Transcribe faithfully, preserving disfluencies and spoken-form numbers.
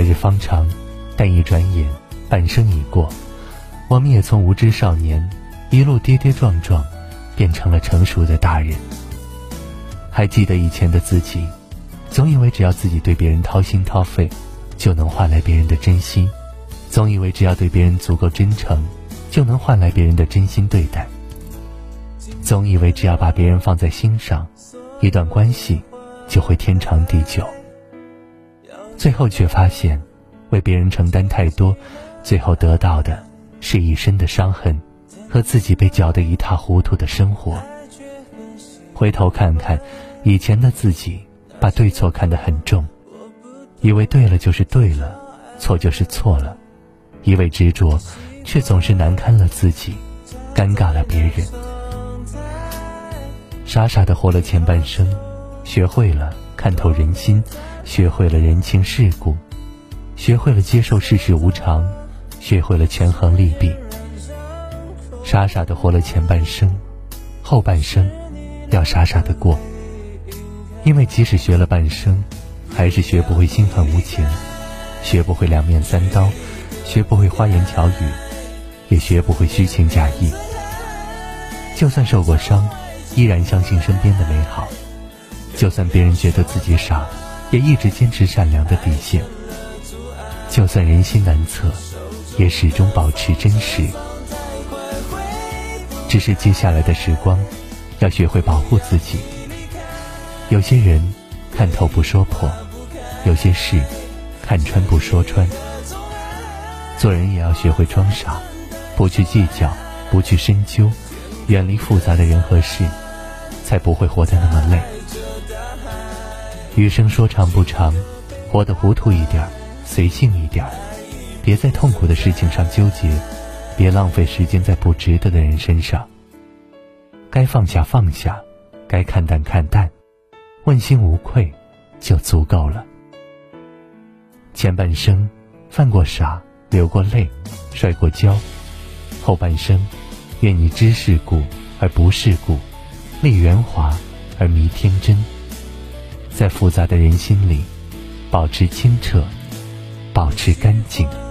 来日方长，但一转眼半生已过，我们也从无知少年一路跌跌撞撞变成了成熟的大人。还记得以前的自己，总以为只要自己对别人掏心掏肺，就能换来别人的真心，总以为只要对别人足够真诚，就能换来别人的真心对待，总以为只要把别人放在心上，一段关系就会天长地久。最后却发现，为别人承担太多，最后得到的是一身的伤痕和自己被搅得一塌糊涂的生活。回头看看以前的自己，把对错看得很重，以为对了就是对了，错就是错了，一味执着，却总是难堪了自己，尴尬了别人。傻傻地活了前半生，学会了看透人心，学会了人情世故，学会了接受世事无常，学会了权衡利弊。傻傻地活了前半生，后半生要傻傻地过，因为即使学了半生，还是学不会心狠无情，学不会两面三刀，学不会花言巧语，也学不会虚情假意。就算受过伤，依然相信身边的美好，就算别人觉得自己傻，也一直坚持善良的底线，就算人心难测，也始终保持真实。只是接下来的时光，要学会保护自己。有些人看透不说破，有些事看穿不说穿。做人也要学会装傻，不去计较，不去深究，远离复杂的人和事，才不会活得那么累。余生说长不长，活得糊涂一点，随性一点，别在痛苦的事情上纠结，别浪费时间在不值得的人身上。该放下放下，该看淡看淡，问心无愧就足够了。前半生犯过傻，流过泪，摔过跤，后半生愿你知世故而不世故，立圆滑而迷天真。在复杂的人心里，保持清澈，保持干净。